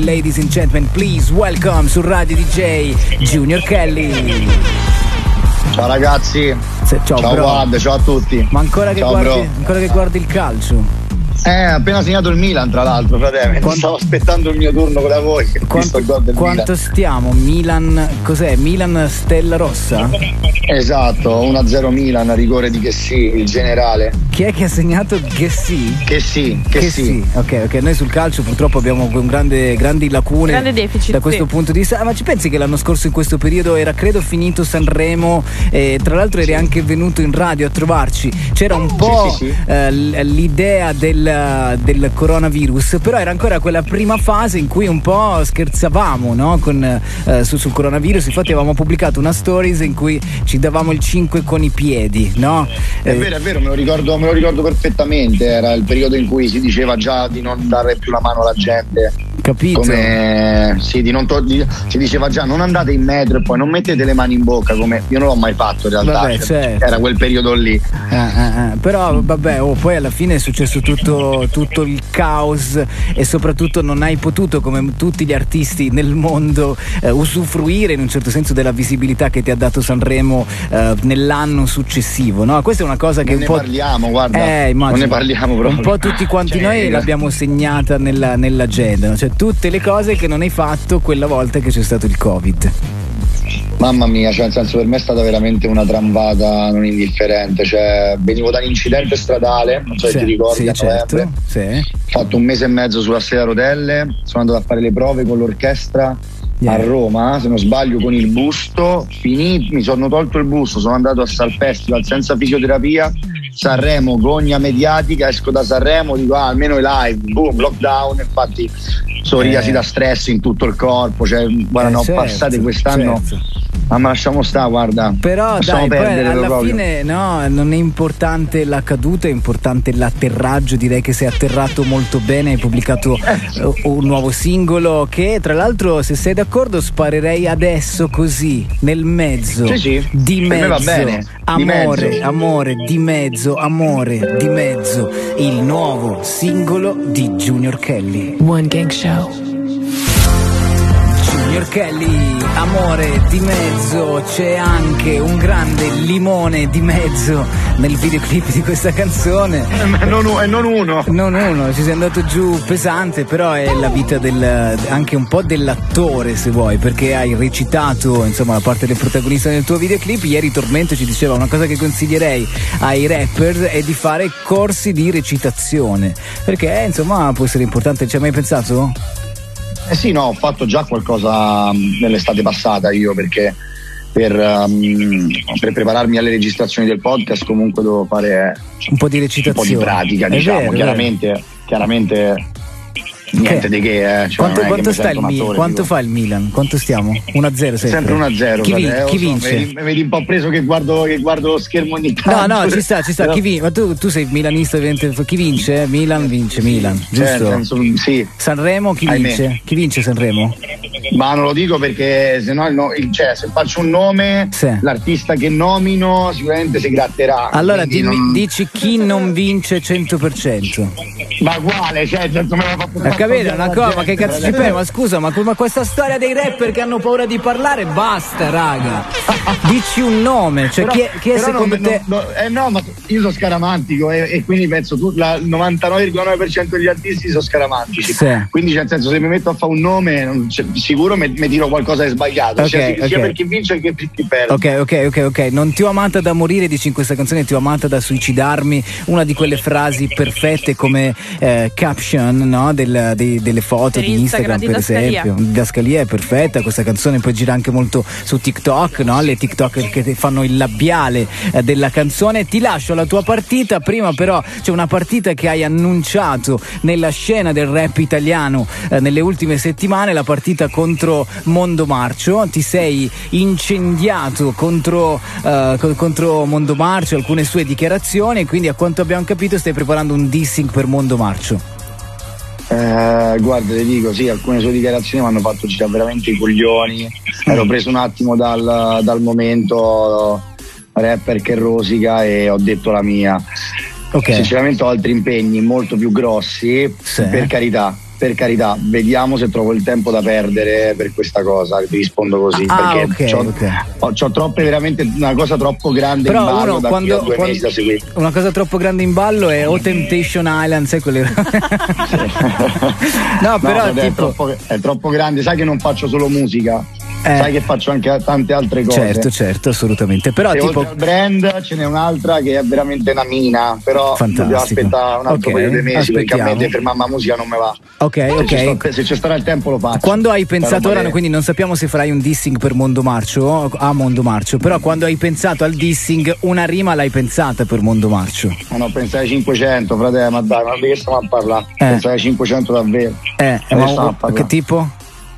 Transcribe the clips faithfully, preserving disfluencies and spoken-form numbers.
ladies and gentlemen, please welcome su Radio D J Junior Kelly. Ciao ragazzi. Se, ciao ciao Wad, ciao a tutti. Ma ancora che, ciao, guardi, ancora che guardi il calcio? Eh, appena segnato il Milan, tra l'altro, fratello. Quanto... Stavo aspettando il mio turno da voi. Quanto, quanto Milan. stiamo? Milan, cos'è? Milan Stella Rossa? Esatto, uno a zero Milan, a rigore di Chessy, il generale. Chi è che ha segnato Chessy? Chessy, Chessy. Ok, ok, noi sul calcio purtroppo abbiamo un grande, grandi lacune. Grande deficit, da questo sì. punto di vista. Ma ci pensi che l'anno scorso in questo periodo era credo finito Sanremo e tra l'altro eri anche venuto in radio a trovarci. C'era un po' sì, sì, sì. Eh, l'idea del del coronavirus, però era ancora quella prima fase in cui un po' scherzavamo, no? Con, eh, su, sul coronavirus. Infatti avevamo pubblicato una stories in cui ci davamo il cinque con i piedi, no? È eh, vero, è vero, me lo ricordo, me lo ricordo perfettamente. Era il periodo in cui si diceva già di non dare più la mano alla gente. Capito? Come, sì, di non to- di, si diceva già non andate in metro e poi non mettete le mani in bocca, come io non l'ho mai fatto in realtà. Vabbè, certo. Era quel periodo lì. Eh, eh, eh. Però vabbè, oh, poi alla fine è successo tutto, tutto il caos e soprattutto non hai potuto, come tutti gli artisti nel mondo, eh, usufruire in un certo senso della visibilità che ti ha dato Sanremo eh, nell'anno successivo, no? Questa è una cosa che non un ne po' parliamo, guarda. Eh, non ne parliamo proprio. Un po' tutti quanti cioè, noi l'abbiamo segnata nella, nell'agenda, no? Cioè tutte le cose che non hai fatto quella volta che c'è stato il Covid. Mamma mia, cioè nel senso per me è stata veramente una tramvata non indifferente, cioè venivo da un incidente stradale, non so sì, se ti ricordi, sì, a certo, novembre. sì. Ho fatto un mese e mezzo sulla sedia a rotelle, sono andato a fare le prove con l'orchestra yeah. a Roma, se non sbaglio con il busto, finì, mi sono tolto il busto, sono andato a Sal Festival senza fisioterapia, Sanremo, gogna mediatica, esco da Sanremo, dico ah, almeno i live, boom, lockdown, infatti psoriasi eh. da stress in tutto il corpo, cioè guarda, eh, ne ho certo, passate quest'anno. Certo. Ma lasciamo stare, guarda. Però dai, poi alla proprio. fine no, non è importante la caduta, è importante l'atterraggio. Direi che sei atterrato molto bene, hai pubblicato eh. un nuovo singolo che tra l'altro, se sei d'accordo, sparerei adesso così, nel mezzo. Sì, sì. Di mezzo. Per me va bene. Amore, di mezzo. amore, di mezzo, amore, di mezzo. Il nuovo singolo di Junior Kelly. One Gang Show. Junior Kelly, amore di mezzo, c'è anche un grande limone di mezzo nel videoclip di questa canzone. Eh, non, e non uno. Non uno, ci sei andato giù pesante, però è la vita del, anche un po' dell'attore, se vuoi, perché hai recitato insomma la parte del protagonista nel tuo videoclip. Ieri Tormento ci diceva una cosa che consiglierei ai rapper è di fare corsi di recitazione, perché insomma può essere importante. Ci hai mai pensato? Eh sì, no, ho fatto già qualcosa nell'estate passata io, perché per, um, per prepararmi alle registrazioni del podcast comunque devo fare un po' di recitazione, un po' di pratica, diciamo, vero, chiaramente, chiaramente niente di che, eh. Cioè, quanto, non è quanto che sta il Milan? Quanto fa il Milan? Quanto stiamo? uno a zero sempre? Sempre uno a zero. Chi, vi- chi so, vince? Mi vedi un po' preso che guardo, che guardo lo schermo ogni tanto. No, no, ci sta, ci sta. Però... Chi vince? Ma tu, tu sei milanista, chi vince? Milan vince, Milan, giusto? Certo, senso, sì. Sanremo chi Ahimè. vince? Chi vince Sanremo? Ma non lo dico perché se no, no cioè, se faccio un nome, sì. l'artista che nomino sicuramente si gratterà. Allora dimmi, non... dici chi non vince cento per cento. Ma quale? Cioè, certo me la fa Ho capito, una cosa, ma che cazzo ci fai? Ma scusa, ma, ma questa storia dei rapper che hanno paura di parlare, basta, raga. Dici un nome, cioè però, chi è, chi è secondo non, te? Non, no, eh no, ma io sono scaramantico e, e quindi penso tu, la, il novantanove virgola nove per cento degli artisti sono scaramantici. Sì. Quindi, cioè, nel senso, se mi metto a fare un nome, non, cioè, sicuro mi, mi tiro qualcosa di sbagliato. Okay, sia, okay. sia per chi vince che per chi perde. Ok, ok, ok, ok. Non ti ho amata da morire, dici in questa canzone, ti ho amata da suicidarmi. Una di quelle frasi perfette come eh, caption, no? Del, dei, delle foto per di Instagram, di per Dascalia. esempio. Dascalia è perfetta, questa canzone poi gira anche molto su TikTok, no? Le TikToker che fanno il labiale eh, della canzone. Ti lascio la tua partita, prima però c'è una partita che hai annunciato nella scena del rap italiano eh, nelle ultime settimane, la partita contro Mondo Marcio. Ti sei incendiato contro, eh, contro Mondo Marcio, alcune sue dichiarazioni, e quindi a quanto abbiamo capito stai preparando un dissing per Mondo Marcio. Eh, guarda, ti dico, sì, alcune sue dichiarazioni mi hanno fatto girare veramente i coglioni. Ero preso un attimo dal, dal momento rapper che rosica e ho detto la mia. Okay. Sinceramente ho altri impegni molto più grossi, sì. Per carità, per carità, vediamo se trovo il tempo da perdere per questa cosa, ti rispondo così, ah, perché okay, c'ho, okay. Ho, c'ho troppe, veramente una cosa troppo grande però in ballo uno, da quando, qui a due quando, mesi da seguire. Una cosa troppo grande in ballo è o Temptation Island, sai quelle. No, però no, tipo... è, troppo, è troppo grande, sai che non faccio solo musica. Eh. Sai che faccio anche tante altre cose. Certo, certo, assolutamente. Però e tipo oltre al brand ce n'è un'altra che è veramente una mina, però fantastico. Dobbiamo aspettare un altro okay, paio di mesi, aspettiamo. Perché a me per mamma musica non me va. Ok, ok. Se, sto, se ci starà il tempo lo faccio. Quando hai pensato, ora quindi non sappiamo se farai un dissing per Mondo Marcio a Mondo Marcio, però quando hai pensato al dissing una rima l'hai pensata per Mondo Marcio? Ma no, pensai ai cinquecento, fratello, ma dai, ma di che stiamo a parlare? Eh. Pensai ai cinquecento davvero. Eh, ma che tipo?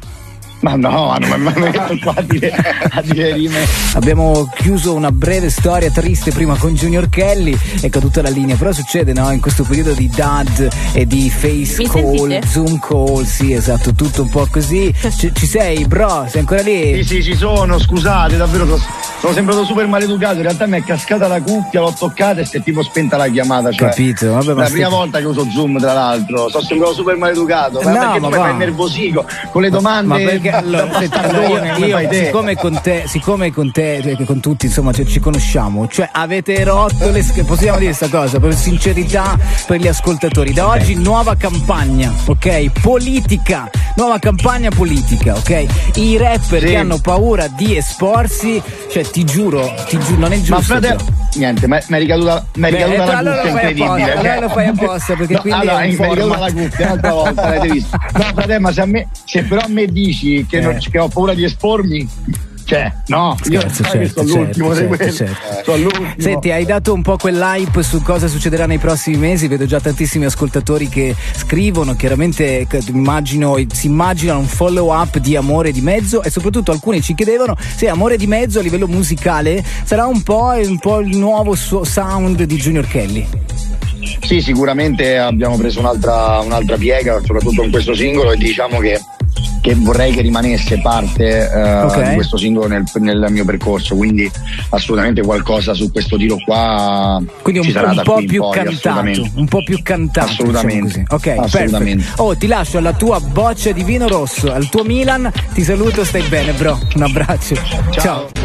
Ma no, non mi metto qua a dire, a dire rime. Abbiamo chiuso una breve storia triste prima con Junior Kelly e caduta la linea, però succede, no? In questo periodo di D A D e di face Mi call, sentite? Zoom call, sì, esatto, tutto un po' così. C- ci sei, bro? Sei ancora lì? Sì, sì, ci sono, scusate, davvero sono, sono sembrato super maleducato, in realtà mi è cascata la cuffia, l'ho toccata e si è tipo spenta la chiamata, cioè, capito? Vabbè, ma la sto... prima volta che uso Zoom, tra l'altro, sono sembrato super maleducato, ma no, perché ma tu mi fai nervosico con le domande? Ma perché allora, allora io, io siccome con te, siccome con te, con tutti, insomma, cioè, ci conosciamo, cioè avete rotto le sch- possiamo dire questa cosa, per sincerità per gli ascoltatori. Da okay. oggi nuova campagna, ok? Politica, nuova campagna politica, ok? I rapper sì. che hanno paura di esporsi, cioè ti giuro, ti giuro, non è giusto. Ma fratello, niente, mi è ricaduta, mi è ricaduta la allora cuffia incredibile. Allora okay? lo fai apposta perché no, quindi allora, è un mi è ricaduta la cuffia un'altra volta, l'avete visto? No, fratello, ma se, a me, se però a me dici che, eh. non, che ho paura di espormi, cioè, no, io certo, sai certo, che sono certo, l'ultimo certo, di quelli. certo. Sono l'ultimo. Senti, hai dato un po' quell'hype su cosa succederà nei prossimi mesi, vedo già tantissimi ascoltatori che scrivono, chiaramente immagino, si immaginano un follow up di Amore di Mezzo e soprattutto alcuni ci chiedevano se Amore di Mezzo a livello musicale sarà un po', un po' il nuovo sound di Junior Kelly. Sì, sicuramente abbiamo preso un'altra, un'altra piega, soprattutto in questo singolo, e diciamo che che vorrei che rimanesse parte uh, okay. di questo singolo nel, nel mio percorso, quindi assolutamente qualcosa su questo tiro qua quindi ci un, sarà un da po' qui più in poi, cantato un po' più cantato assolutamente, diciamo così. Ok, assolutamente. Perfect. Oh, ti lascio alla tua boccia di vino rosso, al tuo Milan, ti saluto, stai bene bro, un abbraccio, ciao, ciao.